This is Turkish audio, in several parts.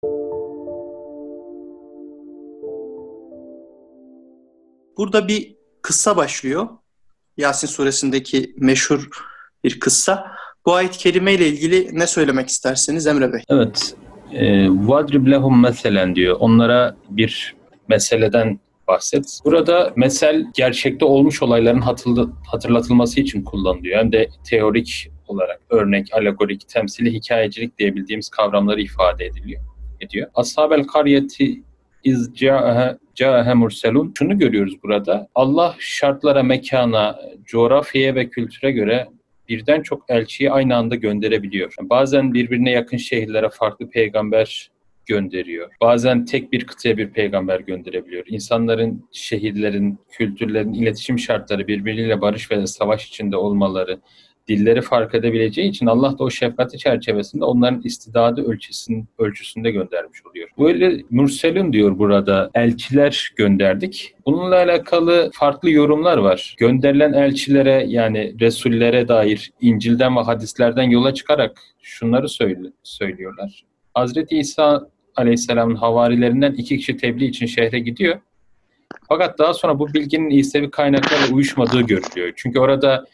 Burada bir kıssa başlıyor. Yasin suresindeki meşhur bir kıssa. Bu ayet-i kerime ile ilgili ne söylemek isterseniz Emre Bey? Evet. Vadrib lehum meselen diyor. Onlara bir meseleden bahset. Burada mesel gerçekte olmuş olayların hatırlatılması için kullanılıyor. Hem de teorik olarak örnek, alegorik, temsili, hikayecilik diyebildiğimiz kavramları ifade ediyor. Ashab-el karyeti iz ca'ahe murselun. Şunu görüyoruz burada. Allah şartlara, mekana, coğrafyaya ve kültüre göre birden çok elçiyi aynı anda gönderebiliyor. Bazen birbirine yakın şehirlere farklı peygamber gönderiyor. Bazen tek bir kıtaya bir peygamber gönderebiliyor. İnsanların, şehirlerin, kültürlerin iletişim şartları birbiriyle barış ve savaş içinde olmaları, dilleri fark edebileceği için Allah da o şefkati çerçevesinde onların istidadı ölçüsünde göndermiş oluyor. Böyle Murselin diyor burada, elçiler gönderdik. Bununla alakalı farklı yorumlar var. Gönderilen elçilere, yani Resullere dair İncil'den ve hadislerden yola çıkarak şunları söylüyorlar. Hazreti İsa Aleyhisselam'ın havarilerinden 2 kişi tebliğ için şehre gidiyor. Fakat daha sonra bu bilginin İsevi kaynaklarla uyuşmadığı görülüyor. Çünkü orada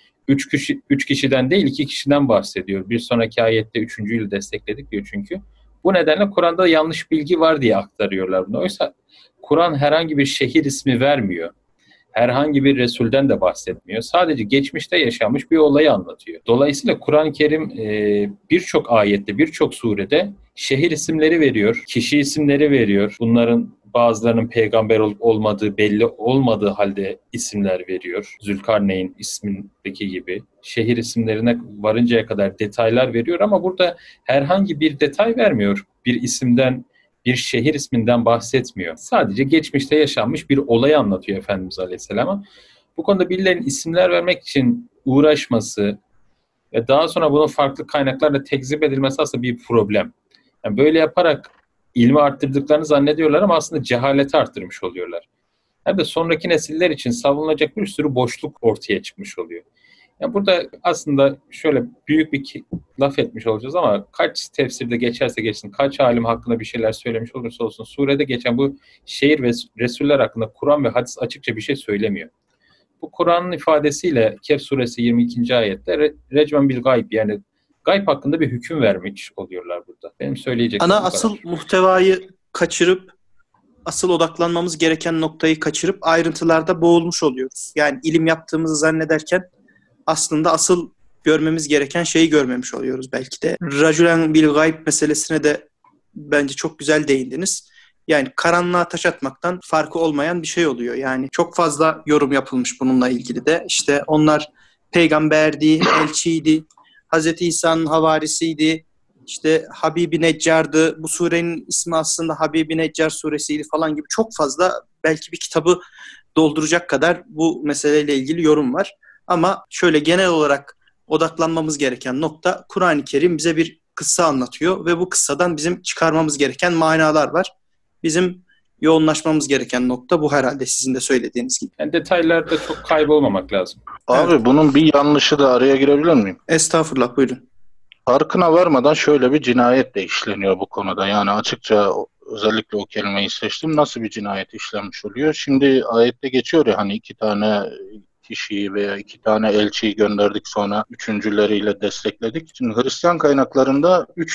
3 kişiden değil 2 kişiden bahsediyor. Bir sonraki ayette 3.'yü destekledik diyor çünkü. Bu nedenle Kur'an'da yanlış bilgi var diye aktarıyorlar bunu. Oysa Kur'an herhangi bir şehir ismi vermiyor. Herhangi bir Resul'den de bahsetmiyor. Sadece geçmişte yaşanmış bir olayı anlatıyor. Dolayısıyla Kur'an-ı Kerim birçok ayette, birçok surede şehir isimleri veriyor, kişi isimleri veriyor. Bunların bazılarının peygamber olup olmadığı belli olmadığı halde isimler veriyor. Zülkarneyn ismindeki gibi. Şehir isimlerine varıncaya kadar detaylar veriyor ama burada herhangi bir detay vermiyor. Bir isimden, bir şehir isminden bahsetmiyor. Sadece geçmişte yaşanmış bir olayı anlatıyor Efendimiz Aleyhisselam'a. Bu konuda birilerinin isimler vermek için uğraşması ve daha sonra bunun farklı kaynaklarla tekzip edilmesi aslında bir problem. Yani böyle yaparak ilmi arttırdıklarını zannediyorlar ama aslında cehaleti arttırmış oluyorlar. Hem de sonraki nesiller için savunulacak bir sürü boşluk ortaya çıkmış oluyor. Yani burada aslında şöyle büyük bir laf etmiş olacağız ama kaç tefsirde geçerse geçsin, kaç alim hakkında bir şeyler söylemiş olursa olsun, surede geçen bu şehir ve Resuller hakkında Kur'an ve hadis açıkça bir şey söylemiyor. Bu Kur'an'ın ifadesiyle Kehf suresi 22. ayette recmen bil gayb, yani gayb hakkında bir hüküm vermiş oluyorlar burada. Benim söyleyeceklerim bu kadar. Asıl muhtevayı kaçırıp, asıl odaklanmamız gereken noktayı kaçırıp ayrıntılarda boğulmuş oluyoruz. Yani ilim yaptığımızı zannederken aslında asıl görmemiz gereken şeyi görmemiş oluyoruz belki de. Raculen bil gayb meselesine de bence çok güzel değindiniz. Yani karanlığa taş atmaktan farkı olmayan bir şey oluyor. Yani çok fazla yorum yapılmış bununla ilgili de. İşte onlar peygamberdi, elçiydi, Hazreti İsa'nın havarisiydi, İşte Habib-i Neccar'dı. Bu surenin ismi aslında Habib-i Neccar suresiydi falan gibi çok fazla, belki bir kitabı dolduracak kadar bu meseleyle ilgili yorum var. Ama şöyle genel olarak odaklanmamız gereken nokta, Kur'an-ı Kerim bize bir kıssa anlatıyor ve bu kıssadan bizim çıkarmamız gereken manalar var. Bizim yoğunlaşmamız gereken nokta bu herhalde, sizin de söylediğiniz gibi. Yani detaylarda çok kaybolmamak lazım. Abi Evet. bunun bir yanlışı da, araya girebilir miyim? Estağfurullah, buyurun. Farkına varmadan şöyle bir cinayet de işleniyor bu konuda. Yani açıkça özellikle o kelimeyi seçtim. Nasıl bir cinayet işlenmiş oluyor? Şimdi ayette geçiyor ya, hani 2 tane kişiyi veya 2 tane elçiyi gönderdik, sonra üçüncüleriyle destekledik. Şimdi Hristiyan kaynaklarında 3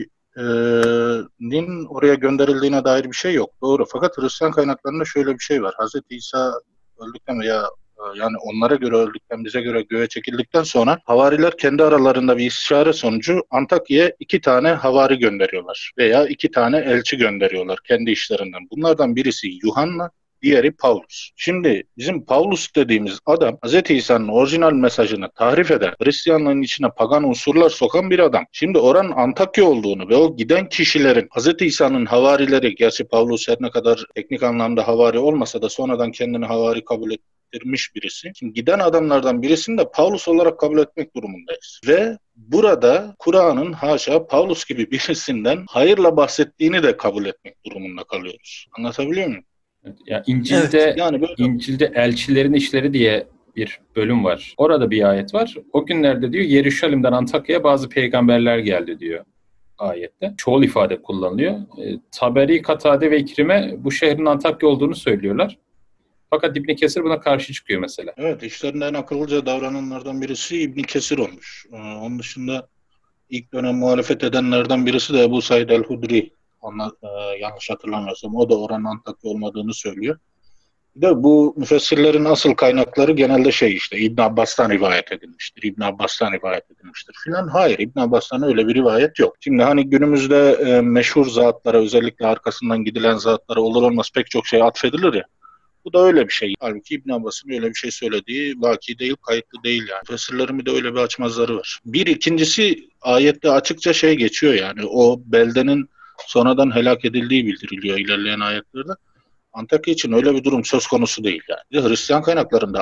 kişinin oraya gönderildiğine dair bir şey yok. Doğru. Fakat Hristiyan kaynaklarında şöyle bir şey var. Hazreti İsa öldükten veya yani onlara göre öldükten, bize göre göğe çekildikten sonra havariler kendi aralarında bir istişare sonucu Antakya'ya 2 tane havari gönderiyorlar veya 2 tane elçi gönderiyorlar kendi işlerinden. Bunlardan birisi Yuhanna, diğeri Pavlus. Şimdi bizim Pavlus dediğimiz adam Hz. İsa'nın orijinal mesajını tahrif eden, Hristiyanlığın içine pagan unsurlar sokan bir adam. Şimdi oranın Antakya olduğunu ve o giden kişilerin Hz. İsa'nın havarileri, gerçi Pavlus her ne kadar teknik anlamda havari olmasa da sonradan kendini havari kabul ettirmiş birisi. Şimdi giden adamlardan birisini de Pavlus olarak kabul etmek durumundayız. Ve burada Kur'an'ın haşa Pavlus gibi birisinden hayırla bahsettiğini de kabul etmek durumunda kalıyoruz. Anlatabiliyor muyum? Ya İncil'de, Evet. yani İncil'de elçilerin işleri diye bir bölüm var. Orada bir ayet var. O günlerde diyor Yeruşalim'den Antakya'ya bazı peygamberler geldi diyor. ayette. Çoğul ifade kullanılıyor. Taberi, Katade ve İkrime bu şehrin Antakya olduğunu söylüyorlar. Fakat İbn Kesir buna karşı çıkıyor mesela. Evet, işlerinden akıllıca davrananlardan birisi İbn Kesir olmuş. Onun dışında ilk dönem muhalefet edenlerden birisi de Ebu Said el-Hudri. Onlar, yanlış hatırlamıyorsam o da oranın Antakya olmadığını söylüyor. Bir de bu müfessirlerin asıl kaynakları genelde işte İbn Abbas'tan rivayet edilmiştir. İbn Abbas'tan rivayet edilmiştir filan. Hayır, İbn Abbas'tan öyle bir rivayet yok. Şimdi hani günümüzde meşhur zatlara, özellikle arkasından gidilen zatlara olur olmaz pek çok şey atfedilir ya. Bu da öyle bir şey. Halbuki İbn Abbas'ın öyle bir şey söylediği vaki değil, kayıtlı değil yani. Müfessirlerin bir de öyle bir açmazları var. İkincisi ayette açıkça geçiyor yani. O beldenin sonradan helak edildiği bildiriliyor ilerleyen ayetlerde. Antakya için öyle bir durum söz konusu değil yani. Bir de Hristiyan kaynaklarında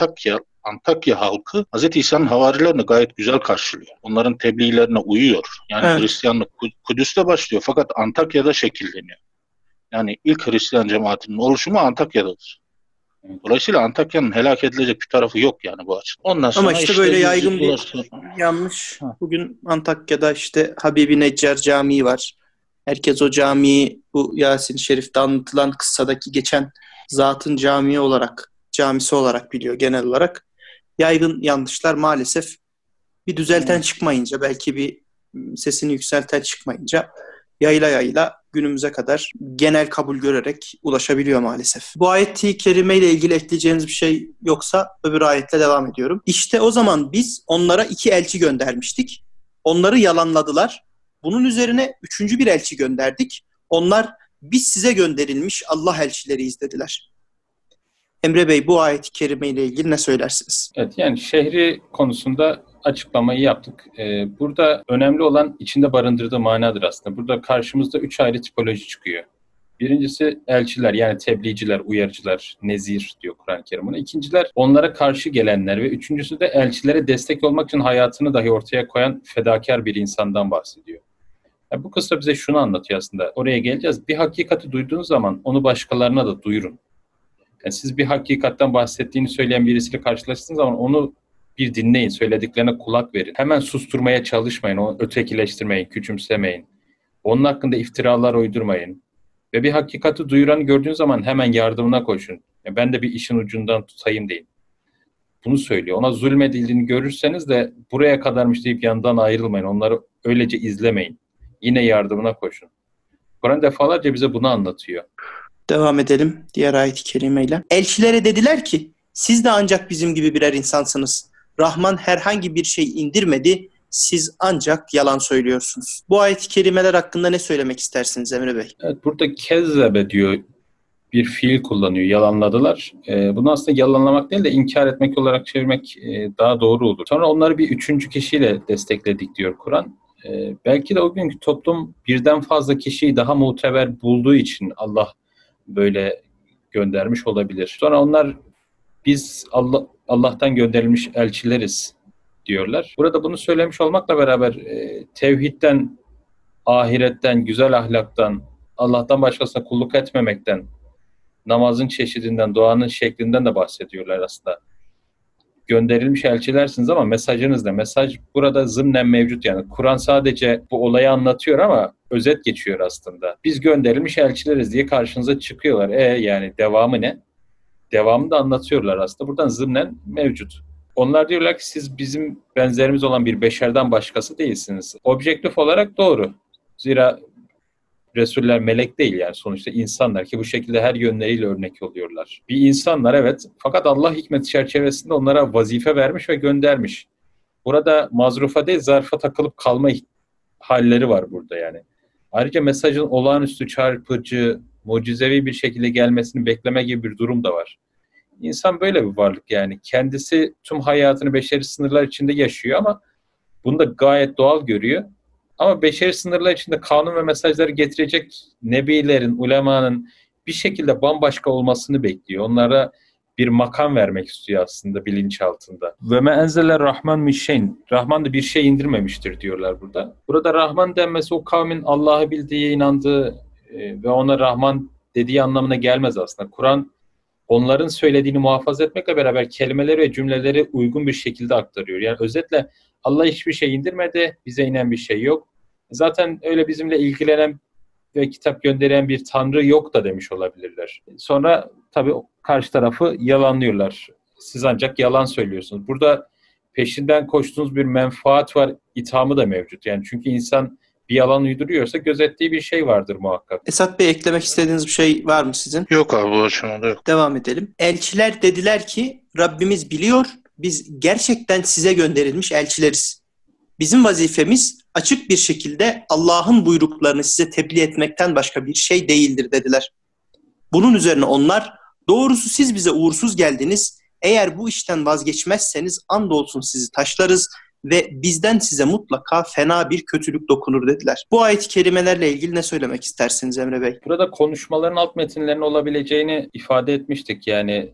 Antakya halkı Hz. İsa'nın havarilerini gayet güzel karşılıyor. Onların tebliğlerine uyuyor. Yani evet. Hristiyanlık Kudüs'te başlıyor fakat Antakya'da şekilleniyor. Yani ilk Hristiyan cemaatinin oluşumu Antakya'dadır. Dolayısıyla Antakya'nın helak edilecek bir tarafı yok yani bu açıdan. Ondan sonra ama işte böyle yaygın bir yanlış. Bugün Antakya'da işte Habibi Neccar Camii var. Herkes o camiyi bu Yasin-i Şerif'te anlatılan kıssadaki geçen zatın camisi olarak biliyor genel olarak. Yaygın yanlışlar maalesef bir düzelten çıkmayınca, belki bir sesini yükselten çıkmayınca yayla günümüze kadar genel kabul görerek ulaşabiliyor maalesef. Bu ayet-i kerime ile ilgili ekleyeceğiniz bir şey yoksa öbür ayetle devam ediyorum. İşte o zaman biz onlara 2 elçi göndermiştik. Onları yalanladılar. Bunun üzerine 3. bir elçi gönderdik. Onlar biz size gönderilmiş Allah elçileriyiz dediler. Emre Bey, bu ayet-i kerime ile ilgili ne söylersiniz? Evet, yani şehri konusunda açıklamayı yaptık. Burada önemli olan içinde barındırdığı manadır aslında. Burada karşımızda 3 ayrı tipoloji çıkıyor. Birincisi elçiler, yani tebliğciler, uyarıcılar, nezir diyor Kur'an-ı Kerim buna. İkinciler onlara karşı gelenler ve üçüncüsü de elçilere destek olmak için hayatını dahi ortaya koyan fedakar bir insandan bahsediyor. Yani bu kısa bize şunu anlatıyor aslında. Oraya geleceğiz. Bir hakikati duyduğunuz zaman onu başkalarına da duyurun. Yani siz bir hakikatten bahsettiğini söyleyen birisiyle karşılaştığınız zaman onu bir dinleyin, söylediklerine kulak verin. Hemen susturmaya çalışmayın, onu ötekileştirmeyin, küçümsemeyin. Onun hakkında iftiralar uydurmayın. Ve bir hakikati duyuranı gördüğünüz zaman hemen yardımına koşun. Yani ben de bir işin ucundan tutayım deyin. Bunu söylüyor. Ona zulmedildiğini görürseniz de buraya kadarmış deyip yanından ayrılmayın. Onları öylece izlemeyin. Yine yardımına koşun. Kur'an defalarca bize bunu anlatıyor. Devam edelim diğer ayet-i kerimeyle. Elçilere dediler ki, siz de ancak bizim gibi birer insansınız. Rahman herhangi bir şey indirmedi, siz ancak yalan söylüyorsunuz. Bu ayet-i kerimeler hakkında ne söylemek istersiniz Emre Bey? Evet, burada kezzebe diyor, bir fiil kullanıyor, yalanladılar. Bunu aslında yalanlamak değil de inkar etmek olarak çevirmek daha doğru olur. Sonra onları bir 3. kişiyle destekledik diyor Kur'an. Belki de o günkü toplum birden fazla kişiyi daha muteber bulduğu için Allah böyle göndermiş olabilir. Sonra onlar biz Allah'tan gönderilmiş elçileriz diyorlar. Burada bunu söylemiş olmakla beraber tevhidden, ahiretten, güzel ahlaktan, Allah'tan başkasına kulluk etmemekten, namazın çeşidinden, duanın şeklinden de bahsediyorlar aslında. Gönderilmiş elçilersiniz ama mesajınız ne? Mesaj burada zımnen mevcut yani. Kur'an sadece bu olayı anlatıyor ama özet geçiyor aslında. Biz gönderilmiş elçileriz diye karşınıza çıkıyorlar. Yani devamı ne? Devamını da anlatıyorlar aslında. Buradan zımnen mevcut. Onlar diyorlar ki siz bizim benzerimiz olan bir beşerden başkası değilsiniz. Objektif olarak doğru. Zira Resuller melek değil yani, sonuçta insanlar ki bu şekilde her yönleriyle örnek oluyorlar. Bir insanlar evet, fakat Allah hikmeti çerçevesinde onlara vazife vermiş ve göndermiş. Burada mazrufa değil zarfa takılıp kalma halleri var burada yani. Ayrıca mesajın olağanüstü, çarpıcı, mucizevi bir şekilde gelmesini bekleme gibi bir durum da var. İnsan böyle bir varlık yani. Kendisi tüm hayatını beşeri sınırlar içinde yaşıyor ama bunu da gayet doğal görüyor. Ama beşeri sınırlar içinde kanun ve mesajları getirecek nebilerin, ulemanın bir şekilde bambaşka olmasını bekliyor. Onlara bir makam vermek istiyor aslında bilinçaltında. Ve me enzele rahman min şeyin. Rahman da bir şey indirmemiştir diyorlar burada. Burada Rahman denmesi o kavmin Allah'ı bildiği, inandığı ve ona Rahman dediği anlamına gelmez aslında. Kur'an onların söylediğini muhafaza etmekle beraber kelimeleri ve cümleleri uygun bir şekilde aktarıyor. Yani özetle Allah hiçbir şey indirmedi, bize inen bir şey yok. Zaten öyle bizimle ilgilenen ve kitap gönderen bir tanrı yok da demiş olabilirler. Sonra tabii karşı tarafı yalanlıyorlar. Siz ancak yalan söylüyorsunuz. Burada peşinden koştuğunuz bir menfaat var, ithamı da mevcut. Yani çünkü insan bir yalan uyduruyorsa gözettiği bir şey vardır muhakkak. Esat Bey, eklemek istediğiniz bir şey var mı sizin? Yok abi, bu aşamada yok. Devam edelim. Elçiler dediler ki Rabbimiz biliyor, biz gerçekten size gönderilmiş elçileriz. Bizim vazifemiz açık bir şekilde Allah'ın buyruklarını size tebliğ etmekten başka bir şey değildir dediler. Bunun üzerine onlar, doğrusu siz bize uğursuz geldiniz. Eğer bu işten vazgeçmezseniz andolsun sizi taşlarız ve bizden size mutlaka fena bir kötülük dokunur dediler. Bu ayet-i kerimelerle ilgili ne söylemek istersiniz Emre Bey? Burada konuşmaların alt metinlerinin olabileceğini ifade etmiştik. Yani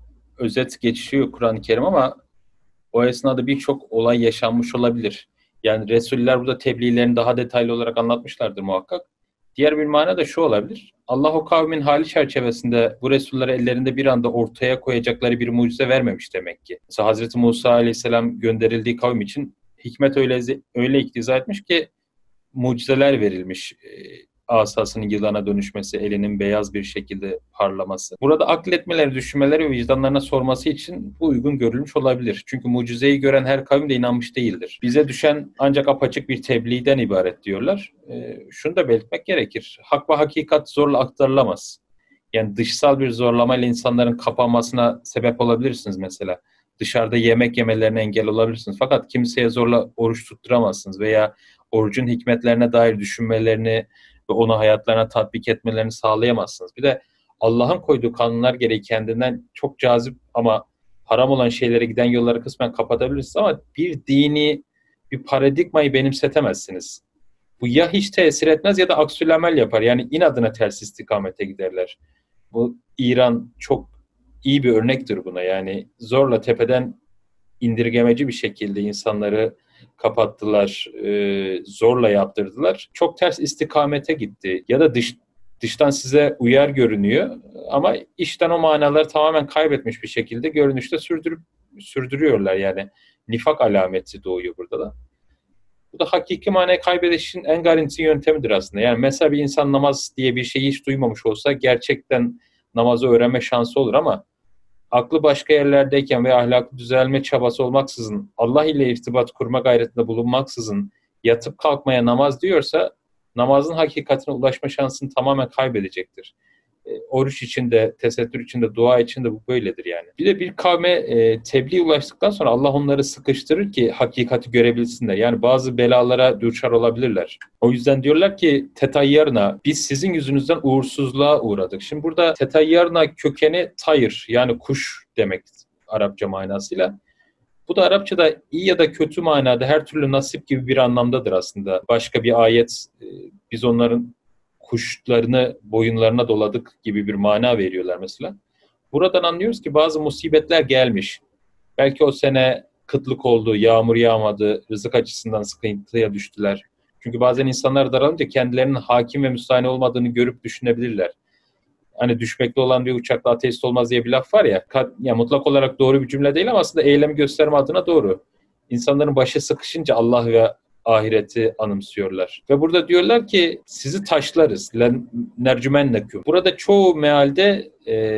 özet geçiyor Kur'an-ı Kerim ama o esnada birçok olay yaşanmış olabilir. Yani Resuller burada tebliğlerini daha detaylı olarak anlatmışlardır muhakkak. Diğer bir mana da şu olabilir. Allah o kavmin hali çerçevesinde bu Resulleri ellerinde bir anda ortaya koyacakları bir mucize vermemiş demek ki. Mesela Hazreti Musa Aleyhisselam gönderildiği kavim için hikmet öyle iktiza etmiş ki mucizeler verilmiş. Asasının yılana dönüşmesi, elinin beyaz bir şekilde parlaması. Burada akletmeleri, düşünmeleri ve vicdanlarına sorması için bu uygun görülmüş olabilir. Çünkü mucizeyi gören her kavim de inanmış değildir. Bize düşen ancak apaçık bir tebliğden ibaret diyorlar. Şunu da belirtmek gerekir. Hak ve hakikat zorla aktarılamaz. Yani dışsal bir zorlamayla insanların kapanmasına sebep olabilirsiniz mesela. Dışarıda yemek yemelerine engel olabilirsiniz. Fakat kimseye zorla oruç tutturamazsınız veya orucun hikmetlerine dair düşünmelerini ve onu hayatlarına tatbik etmelerini sağlayamazsınız. Bir de Allah'ın koyduğu kanunlar gereği kendinden çok cazip ama haram olan şeylere giden yolları kısmen kapatabilirsiniz ama bir dini, bir paradigmayı benimsetemezsiniz. Bu ya hiç tesir etmez ya da aksülamel yapar. Yani inadına ters istikamete giderler. Bu İran çok iyi bir örnektir buna. Yani zorla tepeden indirgemeci bir şekilde insanları kapattılar, zorla yaptırdılar. Çok ters istikamete gitti. Ya da dıştan size uyar görünüyor ama içten o manaları tamamen kaybetmiş bir şekilde görünüşte sürdürüyorlar. Yani nifak alameti doğuyor burada da. Bu da hakiki manayı kaybedişin en garanti yöntemidir aslında. Yani mesela bir insan namaz diye bir şeyi hiç duymamış olsa gerçekten namazı öğrenme şansı olur ama aklı başka yerlerdeyken ve ahlaklı düzelme çabası olmaksızın, Allah ile irtibat kurma gayretinde bulunmaksızın yatıp kalkmaya namaz diyorsa namazın hakikatine ulaşma şansını tamamen kaybedecektir. Oruç içinde, tesettür içinde, dua içinde bu böyledir yani. Bir de bir kavme tebliğ ulaştıktan sonra Allah onları sıkıştırır ki hakikati görebilsinler. Yani bazı belalara düçar olabilirler. O yüzden diyorlar ki tetayyarna, biz sizin yüzünüzden uğursuzluğa uğradık. Şimdi burada tetayyarna kökeni tayır, yani kuş demek Arapça manasıyla. Bu da Arapçada iyi ya da kötü manada her türlü nasip gibi bir anlamdadır aslında. Başka bir ayet biz onların kuşlarını boyunlarına doladık gibi bir mana veriyorlar mesela. Buradan anlıyoruz ki bazı musibetler gelmiş. Belki o sene kıtlık oldu, yağmur yağmadı, rızık açısından sıkıntıya düştüler. Çünkü bazen insanlar daralınca kendilerinin hakim ve müstahane olmadığını görüp düşünebilirler. Hani düşmekte olan bir uçakla ateist olmaz diye bir laf var ya, yani mutlak olarak doğru bir cümle değil ama aslında eylemi gösterme adına doğru. İnsanların başı sıkışınca Allah ve ahireti anımsıyorlar. Ve burada diyorlar ki sizi taşlarız. Nercümenneküm. Burada çoğu mealde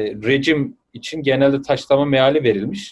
rejim için genelde taşlama meali verilmiş.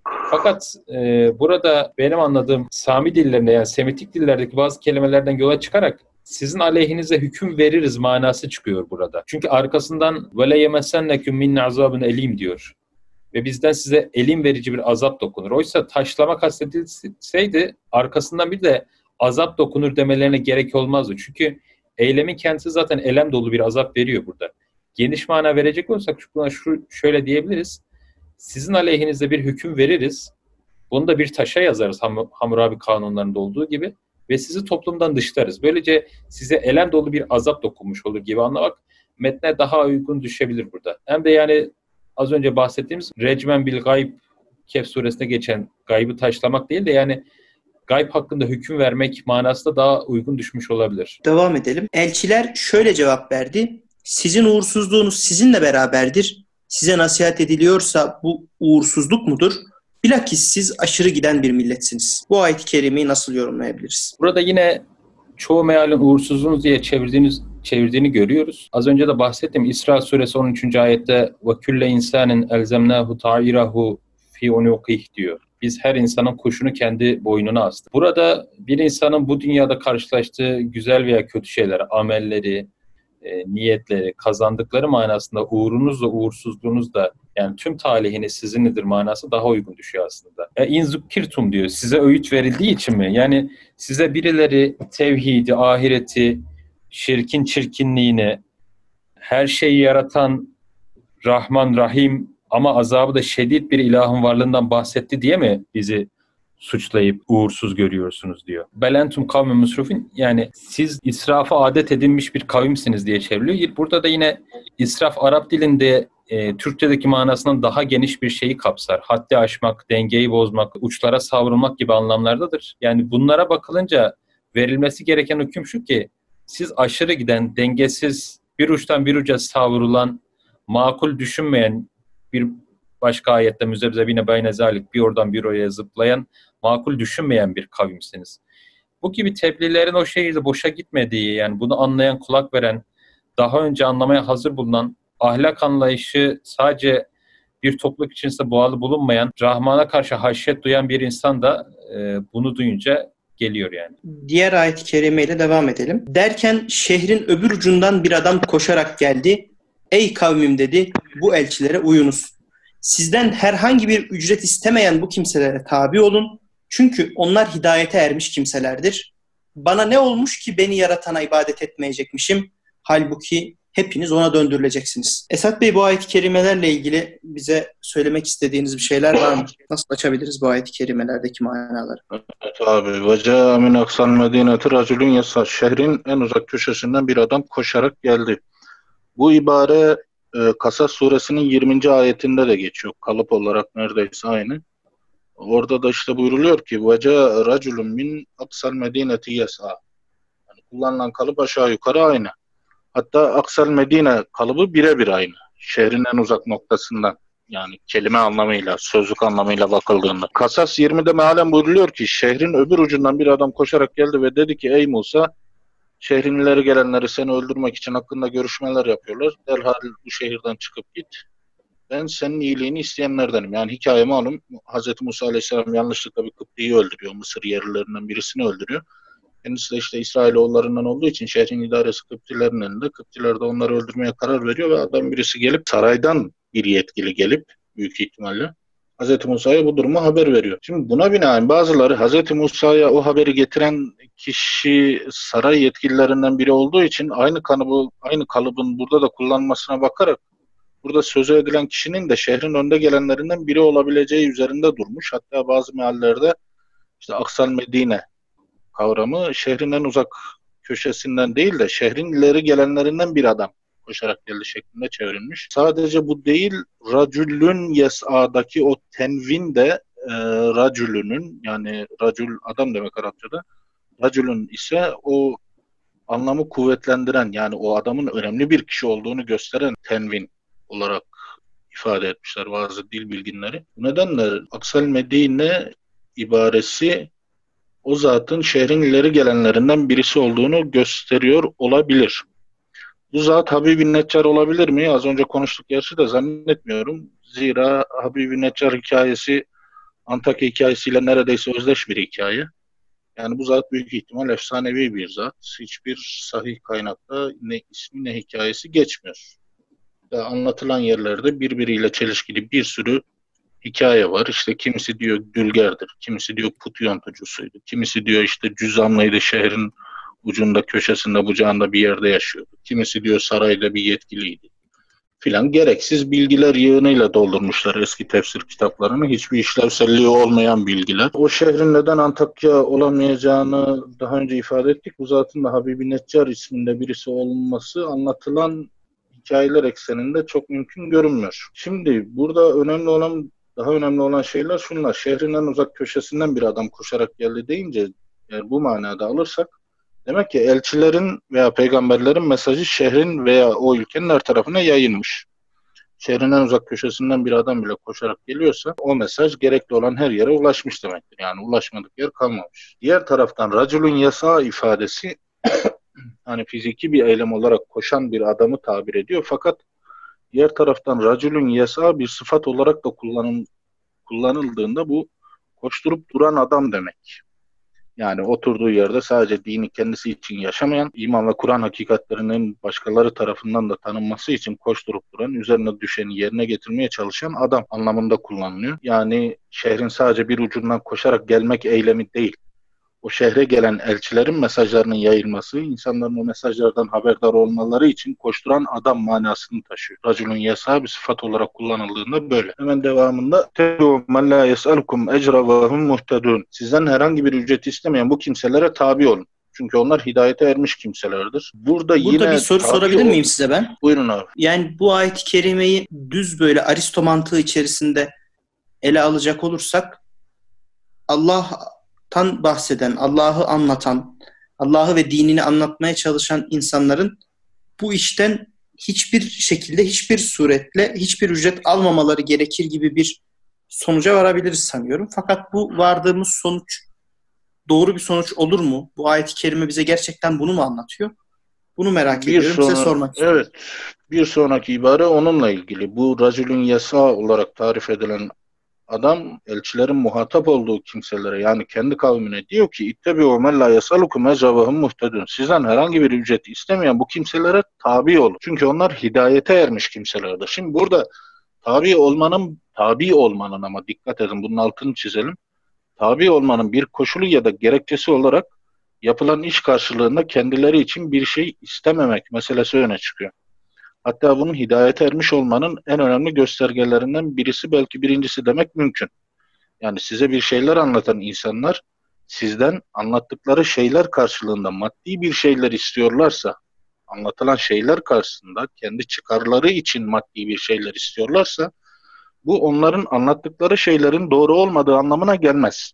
Fakat burada benim anladığım Sami dillerinde yani Semitik dillerdeki bazı kelimelerden yola çıkarak sizin aleyhinize hüküm veririz manası çıkıyor burada. Çünkü arkasından vele yemessenneküm min azabun elim diyor. Ve bizden size elim verici bir azap dokunur. Oysa taşlama kastedilseydi arkasından bir de azap dokunur demelerine gerek olmazdı. Çünkü eylemin kendisi zaten elem dolu bir azap veriyor burada. Geniş mana verecek olursak şöyle diyebiliriz. Sizin aleyhinizde bir hüküm veririz. Bunu da bir taşa yazarız Hammurabi kanunlarında olduğu gibi ve sizi toplumdan dışlarız. Böylece size elem dolu bir azap dokunmuş olur gibi anlamak metne daha uygun düşebilir burada. Hem de yani az önce bahsettiğimiz recmen bil gayb Kehf suresinde geçen gaybı taşlamak değil de yani gayb hakkında hüküm vermek manası da daha uygun düşmüş olabilir. Devam edelim. Elçiler şöyle cevap verdi. Sizin uğursuzluğunuz sizinle beraberdir. Size nasihat ediliyorsa bu uğursuzluk mudur? Bilakis siz aşırı giden bir milletsiniz. Bu ayet-i kerimeyi nasıl yorumlayabiliriz? Burada yine çoğu mealin uğursuzluğunuz diye çevirdiğini görüyoruz. Az önce de bahsettim. İsra suresi 13. ayette ve külle insanin elzemnahu ta'irahu fi unuqih diyor. Biz her insanın kuşunu kendi boynuna astık. Burada bir insanın bu dünyada karşılaştığı güzel veya kötü şeyler, amelleri, niyetleri, kazandıkları manasında uğrunuzla uğursuzluğunuz da yani tüm talihiniz sizinledir manası daha uygun düşüyor aslında. İn zukkirtum diyor. Size öğüt verildiği için mi? Yani size birileri tevhidi, ahireti, şirkin çirkinliğini, her şeyi yaratan Rahman, Rahim ama azabı da şiddet bir ilahın varlığından bahsetti diye mi bizi suçlayıp uğursuz görüyorsunuz diyor. Belentum kavmi musrufin, yani siz israfa adet edinmiş bir kavimsiniz diye çevriliyor. Burada da yine israf Arap dilinde Türkçedeki manasından daha geniş bir şeyi kapsar. Haddi aşmak, dengeyi bozmak, uçlara savrulmak gibi anlamlardadır. Yani bunlara bakılınca verilmesi gereken hüküm şu ki siz aşırı giden, dengesiz, bir uçtan bir uca savrulan, makul düşünmeyen, bir başka ayette müzebzebine beyne zalik, bir oradan bir oraya zıplayan, makul düşünmeyen bir kavimsiniz. Bu gibi tebliğlerin o şehirde boşa gitmediği, yani bunu anlayan, kulak veren, daha önce anlamaya hazır bulunan, ahlak anlayışı sadece bir topluluk içerisinde bağlı bulunmayan, Rahman'a karşı haşyet duyan bir insan da bunu duyunca geliyor yani. Diğer ayet-i kerimeyle devam edelim. Derken şehrin öbür ucundan bir adam koşarak geldi. Ey kavmim dedi, bu elçilere uyunuz. Sizden herhangi bir ücret istemeyen bu kimselere tabi olun. Çünkü onlar hidayete ermiş kimselerdir. Bana ne olmuş ki beni yaratana ibadet etmeyecekmişim? Halbuki hepiniz ona döndürüleceksiniz. Esat Bey, bu ayet-i kerimelerle ilgili bize söylemek istediğiniz bir şeyler var mı? Nasıl açabiliriz bu ayet-i kerimelerdeki manaları? Evet abi. Ve câ min aksal medîneti racülün yasâ. Şehrin en uzak köşesinden bir adam koşarak geldi. Bu ibare Kasas suresinin 20. ayetinde de geçiyor. Kalıp olarak neredeyse aynı. Orada da işte buyruluyor ki ve câ racülün min aksal medîneti yasâ. Yani kullanılan kalıp aşağı yukarı aynı. Hatta Aksal Medine kalıbı birebir aynı. Şehrin en uzak noktasından, yani kelime anlamıyla, sözlük anlamıyla bakıldığında. Kasas 20'de mealen buyruluyor ki şehrin öbür ucundan bir adam koşarak geldi ve dedi ki ey Musa, şehrin ileri gelenleri seni öldürmek için hakkında görüşmeler yapıyorlar. Derhal bu şehirden çıkıp git. Ben senin iyiliğini isteyenlerdenim. Yani hikaye malum. Hz. Musa Aleyhisselam yanlışlıkla bir Kıpti'yi öldürüyor. Mısır yerlilerinden birisini öldürüyor. Kendisi de işte İsrailoğullarından olduğu için şehrin idaresi Kıptilerin elinde. Kıptiler de onları öldürmeye karar veriyor ve adam birisi gelip saraydan bir yetkili gelip büyük ihtimalle Hz. Musa'ya bu durumu haber veriyor. Şimdi buna binaen bazıları Hz. Musa'ya o haberi getiren kişi saray yetkililerinden biri olduğu için aynı kalıbın burada da kullanmasına bakarak burada sözü edilen kişinin de şehrin önde gelenlerinden biri olabileceği üzerinde durmuş. Hatta bazı meallerde işte Aksal Medine kavramı şehrin en uzak köşesinden değil de şehrin ileri gelenlerinden bir adam koşarak geldi şeklinde çevrilmiş. Sadece bu değil, racülün yes'a'daki o tenvin de racülünün, yani racül adam demek Arapçada, racülün ise o anlamı kuvvetlendiren, yani o adamın önemli bir kişi olduğunu gösteren tenvin olarak ifade etmişler bazı dil bilginleri. Bu nedenle Aksal Medine ibaresi o zatın şehrin ileri gelenlerinden birisi olduğunu gösteriyor olabilir. Bu zat Habib-i Neccar olabilir mi? Az önce konuştuk gerçi de zannetmiyorum. Zira Habib-i Neccar hikayesi Antakya hikayesiyle neredeyse özdeş bir hikaye. Yani bu zat büyük ihtimal efsanevi bir zat. Hiçbir sahih kaynakta ne ismi ne hikayesi geçmiyor. Anlatılan yerlerde birbiriyle çelişkili bir sürü hikaye var. İşte kimisi diyor dülgerdir, kimisi diyor put yontucusuydu, kimisi diyor işte cüzamlıydı, şehrin ucunda, köşesinde, bucağında bir yerde yaşıyordu. Kimisi diyor sarayda bir yetkiliydi filan. Gereksiz bilgiler yığınıyla doldurmuşlar eski tefsir kitaplarını. Hiçbir işlevselliği olmayan bilgiler. O şehrin neden Antakya olamayacağını daha önce ifade ettik. Bu zatın da Habib-i Neccar isminde birisi olması anlatılan hikayeler ekseninde çok mümkün görünmüyor. Şimdi burada daha önemli olan şeyler şunlar. Şehrin en uzak köşesinden bir adam koşarak geldi deyince, eğer bu manada alırsak, demek ki elçilerin veya peygamberlerin mesajı şehrin veya o ülkenin her tarafına yayılmış. Şehrin en uzak köşesinden bir adam bile koşarak geliyorsa o mesaj gerekli olan her yere ulaşmış demektir. Yani ulaşmadık yer kalmamış. Diğer taraftan racülün yasa ifadesi hani fiziki bir eylem olarak koşan bir adamı tabir ediyor. Fakat diğer taraftan racülün yesa bir sıfat olarak da kullanıldığında bu koşturup duran adam demek. Yani oturduğu yerde sadece dini kendisi için yaşamayan, iman ve Kur'an hakikatlerinin başkaları tarafından da tanınması için koşturup duran, üzerine düşeni yerine getirmeye çalışan adam anlamında kullanılıyor. Yani şehrin sadece bir ucundan koşarak gelmek eylemi değil. O şehre gelen elçilerin mesajlarının yayılması, insanların o mesajlardan haberdar olmaları için koşturan adam manasını taşıyor. Racülün yesa bir sıfat olarak kullanıldığında böyle. Hemen devamında "Tebu men la yes'alukum ecra ve hum muhtedun." Sizden herhangi bir ücret istemeyen bu kimselere tabi olun. Çünkü onlar hidayete ermiş kimselerdir. Burada yine bir soru sorabilir miyim size ben? Buyurun abi. Yani bu ayet-i kerimeyi düz böyle Aristo mantığı içerisinde ele alacak olursak, Allah'tan bahseden, Allah'ı anlatan, Allah'ı ve dinini anlatmaya çalışan insanların bu işten hiçbir şekilde, hiçbir suretle, hiçbir ücret almamaları gerekir gibi bir sonuca varabiliriz sanıyorum. Fakat bu vardığımız sonuç doğru bir sonuç olur mu? Bu ayet-i kerime bize gerçekten bunu mu anlatıyor? Bunu merak ediyorum. Size sormak istiyorum. Evet. Bir sonraki ibare onunla ilgili. Bu racülün yasa olarak tarif edilen adam elçilerin muhatap olduğu kimselere, yani kendi kavmine diyor ki "İttebi'u men la yesalukum ecravahum muhtedun." Sizden herhangi bir ücret istemeyen bu kimselere tabi olun. Çünkü onlar hidayete ermiş kimselerdir. Şimdi burada tabi olmanın ama dikkat edin, bunun altını çizelim. Tabi olmanın bir koşulu ya da gerekçesi olarak yapılan iş karşılığında kendileri için bir şey istememek meselesi öne çıkıyor. Hatta bunun hidayete ermiş olmanın en önemli göstergelerinden birisi, belki birincisi demek mümkün. Yani size bir şeyler anlatan insanlar sizden anlattıkları şeyler karşılığında maddi bir şeyler istiyorlarsa, anlatılan şeyler karşısında kendi çıkarları için maddi bir şeyler istiyorlarsa, bu onların anlattıkları şeylerin doğru olmadığı anlamına gelmez.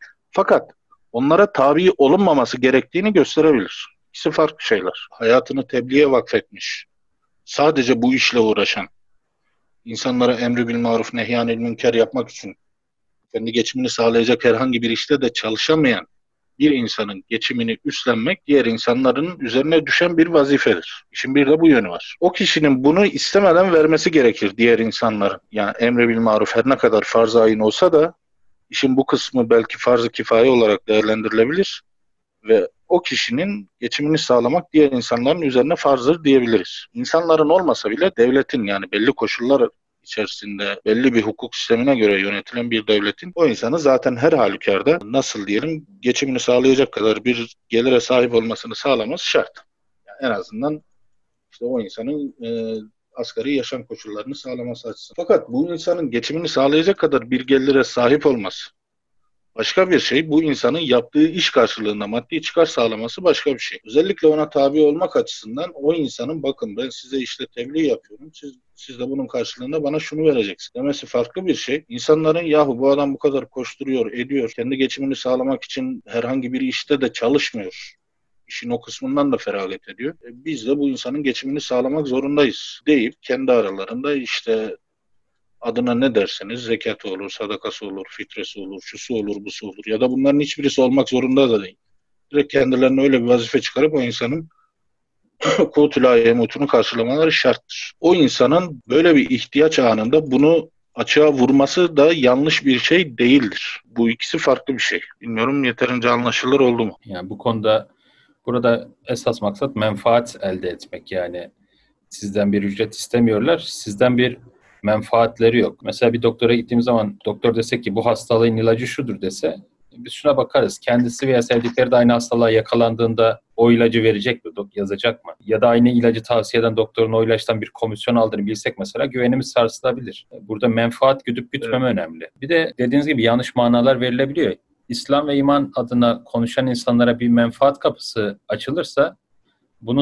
Fakat onlara tabi olunmaması gerektiğini gösterebilir. İkisi farklı şeyler. Hayatını tebliğe vakfetmiş, sadece bu işle uğraşan, insanlara emri bil maruf nehyanil münker yapmak için kendi geçimini sağlayacak herhangi bir işte de çalışamayan bir insanın geçimini üstlenmek diğer insanların üzerine düşen bir vazifedir. İşin bir de bu yönü var. O kişinin bunu istemeden vermesi gerekir diğer insanların. Yani emri bil maruf her ne kadar farz-ı ayın olsa da işin bu kısmı belki farz-ı kifaye olarak değerlendirilebilir ve o kişinin geçimini sağlamak diğer insanların üzerine farzdır diyebiliriz. İnsanların olmasa bile devletin, yani belli koşullar içerisinde belli bir hukuk sistemine göre yönetilen bir devletin o insanı zaten her halükarda, nasıl diyelim, geçimini sağlayacak kadar bir gelire sahip olmasını sağlaması şart. Yani en azından işte o insanın asgari yaşam koşullarını sağlaması açısından. Fakat bu insanın geçimini sağlayacak kadar bir gelire sahip olması başka bir şey. Bu insanın yaptığı iş karşılığında maddi çıkar sağlaması başka bir şey. Özellikle ona tabi olmak açısından o insanın bakın ben size işte tebliğ yapıyorum. Siz de bunun karşılığında bana şunu vereceksiniz demesi farklı bir şey. İnsanların yahu bu adam bu kadar koşturuyor, ediyor. Kendi geçimini sağlamak için herhangi bir işte de çalışmıyor. İşin o kısmından da feragat ediyor. Biz de bu insanın geçimini sağlamak zorundayız deyip kendi aralarında işte adına ne derseniz zekatı olur, sadakası olur, fitresi olur, şusu olur, busu olur ya da bunların hiçbirisi olmak zorunda da değil. Direkt kendilerine öyle bir vazife çıkarıp o insanın kutula yemutunu karşılamaları şarttır. O insanın böyle bir ihtiyaç anında bunu açığa vurması da yanlış bir şey değildir. Bu ikisi farklı bir şey. Bilmiyorum yeterince anlaşılır oldu mu? Yani bu konuda burada esas maksat menfaat elde etmek. Yani sizden bir ücret istemiyorlar, sizden bir menfaatleri yok. Mesela bir doktora gittiğimiz zaman doktor dese ki bu hastalığın ilacı şudur dese, biz şuna bakarız. Kendisi veya sevdikleri de aynı hastalığa yakalandığında o ilacı verecek mi, yazacak mı? Ya da aynı ilacı tavsiye eden doktorun o ilaçtan bir komisyon aldığını bilsek mesela güvenimiz sarsılabilir. Burada menfaat güdüp gütmeme önemli. Bir de dediğiniz gibi yanlış manalar verilebiliyor. İslam ve iman adına konuşan insanlara bir menfaat kapısı açılırsa bunun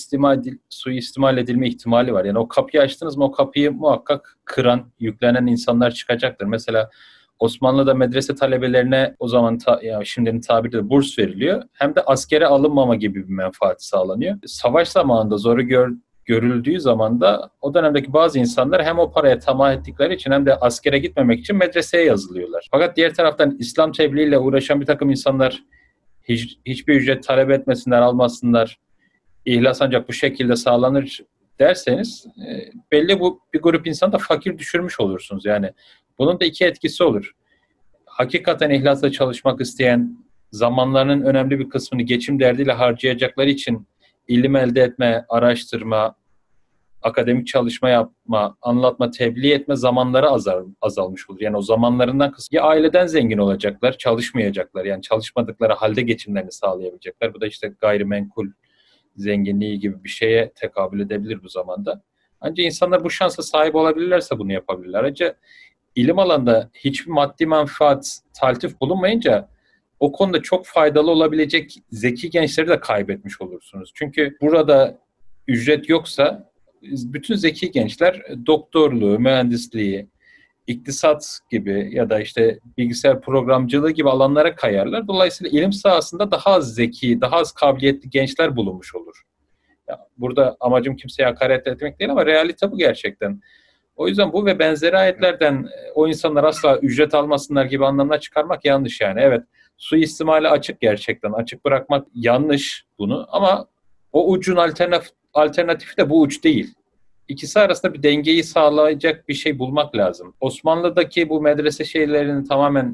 suistimal edilme ihtimali var. Yani o kapıyı açtınız mı o kapıyı muhakkak kıran, yüklenen insanlar çıkacaktır. Mesela Osmanlı'da medrese talebelerine o zaman şimdinin tabiriyle burs veriliyor. Hem de askere alınmama gibi bir menfaat sağlanıyor. Savaş zamanında zoru görüldüğü zaman da o dönemdeki bazı insanlar hem o paraya tamah ettikleri için hem de askere gitmemek için medreseye yazılıyorlar. Fakat diğer taraftan İslam tebliğiyle uğraşan bir takım insanlar hiçbir ücret talep etmesinler, almasınlar. İhlas ancak bu şekilde sağlanır derseniz belli bir grup insan da fakir düşürmüş olursunuz. Yani bunun da iki etkisi olur. Hakikaten ihlasla çalışmak isteyen, zamanlarının önemli bir kısmını geçim derdiyle harcayacakları için ilim elde etme, araştırma, akademik çalışma yapma, anlatma, tebliğ etme zamanları azalmış olur. Yani o zamanlarından kısmı ya aileden zengin olacaklar, çalışmayacaklar. Yani çalışmadıkları halde geçimlerini sağlayabilecekler. Bu da işte gayrimenkul zenginliği gibi bir şeye tekabül edebilir bu zamanda. Ancak insanlar bu şansa sahip olabilirlerse bunu yapabilirler. Ancak ilim alanında hiçbir maddi menfaat, taltif bulunmayınca o konuda çok faydalı olabilecek zeki gençleri de kaybetmiş olursunuz. Çünkü burada ücret yoksa bütün zeki gençler doktorluğu, mühendisliği, iktisat gibi ya da işte bilgisayar programcılığı gibi alanlara kayarlar. Dolayısıyla ilim sahasında daha az zeki, daha az kabiliyetli gençler bulunmuş olur. Ya burada amacım kimseye hakaret etmek değil ama realite bu gerçekten. O yüzden bu ve benzeri ayetlerden o insanlar asla ücret almasınlar gibi anlamına çıkarmak yanlış yani. Evet, suistimali açık gerçekten. Açık bırakmak yanlış bunu ama o ucun alternatifi de bu uç değil. İkisi arasında bir dengeyi sağlayacak bir şey bulmak lazım. Osmanlı'daki bu medrese şeylerinin tamamen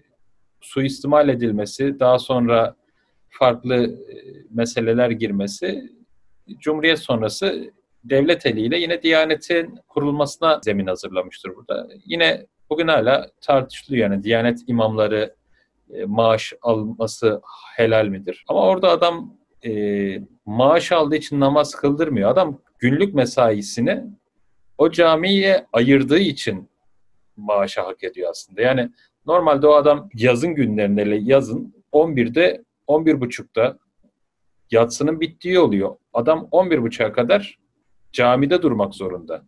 suistimal edilmesi, daha sonra farklı meseleler girmesi, Cumhuriyet sonrası devlet eliyle yine Diyanet'in kurulmasına zemin hazırlamıştır burada. Yine bugün hala tartışılıyor yani Diyanet imamları maaş alması helal midir? Ama orada adam maaş aldığı için namaz kıldırmıyor. Adam günlük mesaisini o camiye ayırdığı için maaşı hak ediyor aslında. Yani normalde o adam yazın günlerinde yazın 11'de 11.30'da yatsının bittiği oluyor. Adam 11.30'a kadar camide durmak zorunda.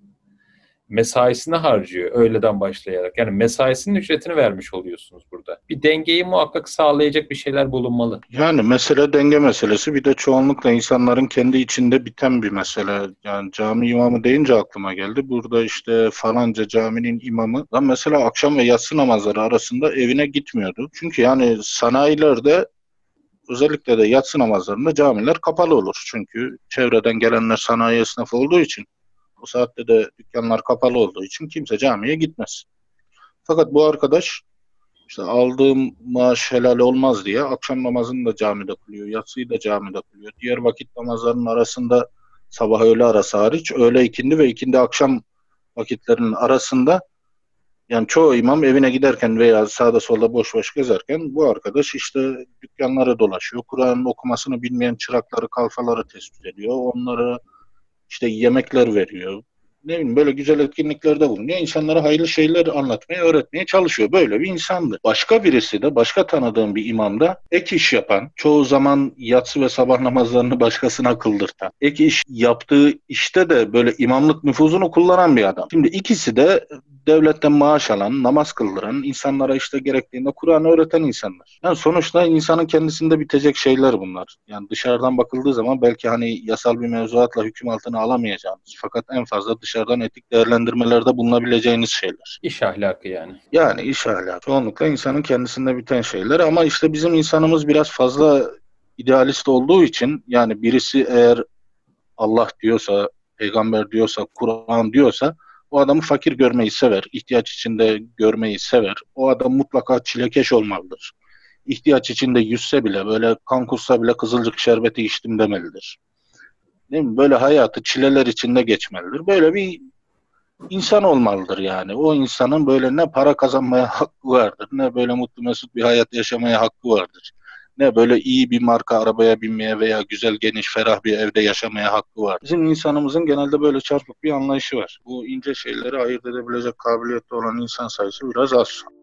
Mesaisini harcıyor öğleden başlayarak. Yani mesaisinin ücretini vermiş oluyorsunuz burada. Bir dengeyi muhakkak sağlayacak bir şeyler bulunmalı. Yani mesele denge meselesi. Bir de çoğunlukla insanların kendi içinde biten bir mesele. Yani cami imamı deyince aklıma geldi. Burada işte falanca caminin imamı lan mesela akşam ve yatsı namazları arasında evine gitmiyordu. Çünkü yani sanayilerde özellikle de yatsı namazlarında camiler kapalı olur. Çünkü çevreden gelenler sanayi esnafı olduğu için o saatte de dükkanlar kapalı olduğu için kimse camiye gitmez. Fakat bu arkadaş işte aldığım maaş helal olmaz diye akşam namazını da camide kılıyor, yatsıyı da camide kılıyor. Diğer vakit namazlarının arasında sabah öğle arası hariç öğle ikindi ve ikindi akşam vakitlerinin arasında yani çoğu imam evine giderken veya sağda solda boş boş gezerken bu arkadaş işte dükkanlara dolaşıyor. Kur'an'ın okumasını bilmeyen çırakları, kalfaları tespit ediyor. Onlara işte yemekler veriyor. Ne bileyim böyle güzel etkinliklerde bulunuyor. İnsanlara hayırlı şeyler anlatmaya, öğretmeye çalışıyor. Böyle bir insandı. Başka birisi de, başka tanıdığım bir imam da ek iş yapan, çoğu zaman yatsı ve sabah namazlarını başkasına kıldırtan, ek iş yaptığı işte de böyle imamlık nüfuzunu kullanan bir adam. Şimdi ikisi de devletten maaş alan, namaz kıldıran, insanlara işte gerektiğinde Kur'an'ı öğreten insanlar. Yani sonuçta insanın kendisinde bitecek şeyler bunlar. Yani dışarıdan bakıldığı zaman belki hani yasal bir mevzuatla hüküm altına alamayacağınız fakat en fazla dışarıdan etik değerlendirmelerde bulunabileceğiniz şeyler. İş ahlakı yani. Yani iş ahlakı. Çoğunlukla insanın kendisinde biten şeyler ama işte bizim insanımız biraz fazla idealist olduğu için yani birisi eğer Allah diyorsa, peygamber diyorsa, Kur'an diyorsa o adamı fakir görmeyi sever, ihtiyaç içinde görmeyi sever. O adam mutlaka çilekeş olmalıdır. İhtiyaç içinde yüzse bile, böyle kan kussa bile kızılcık şerbeti içtim demelidir. Değil mi? Böyle hayatı çileler içinde geçmelidir. Böyle bir insan olmalıdır yani. O insanın böyle ne para kazanmaya hakkı vardır, ne böyle mutlu mesut bir hayat yaşamaya hakkı vardır. Ne böyle iyi bir marka arabaya binmeye veya güzel, geniş, ferah bir evde yaşamaya hakkı var. Bizim insanımızın genelde böyle çarpık bir anlayışı var. Bu ince şeyleri ayırt edebilecek kabiliyette olan insan sayısı biraz az.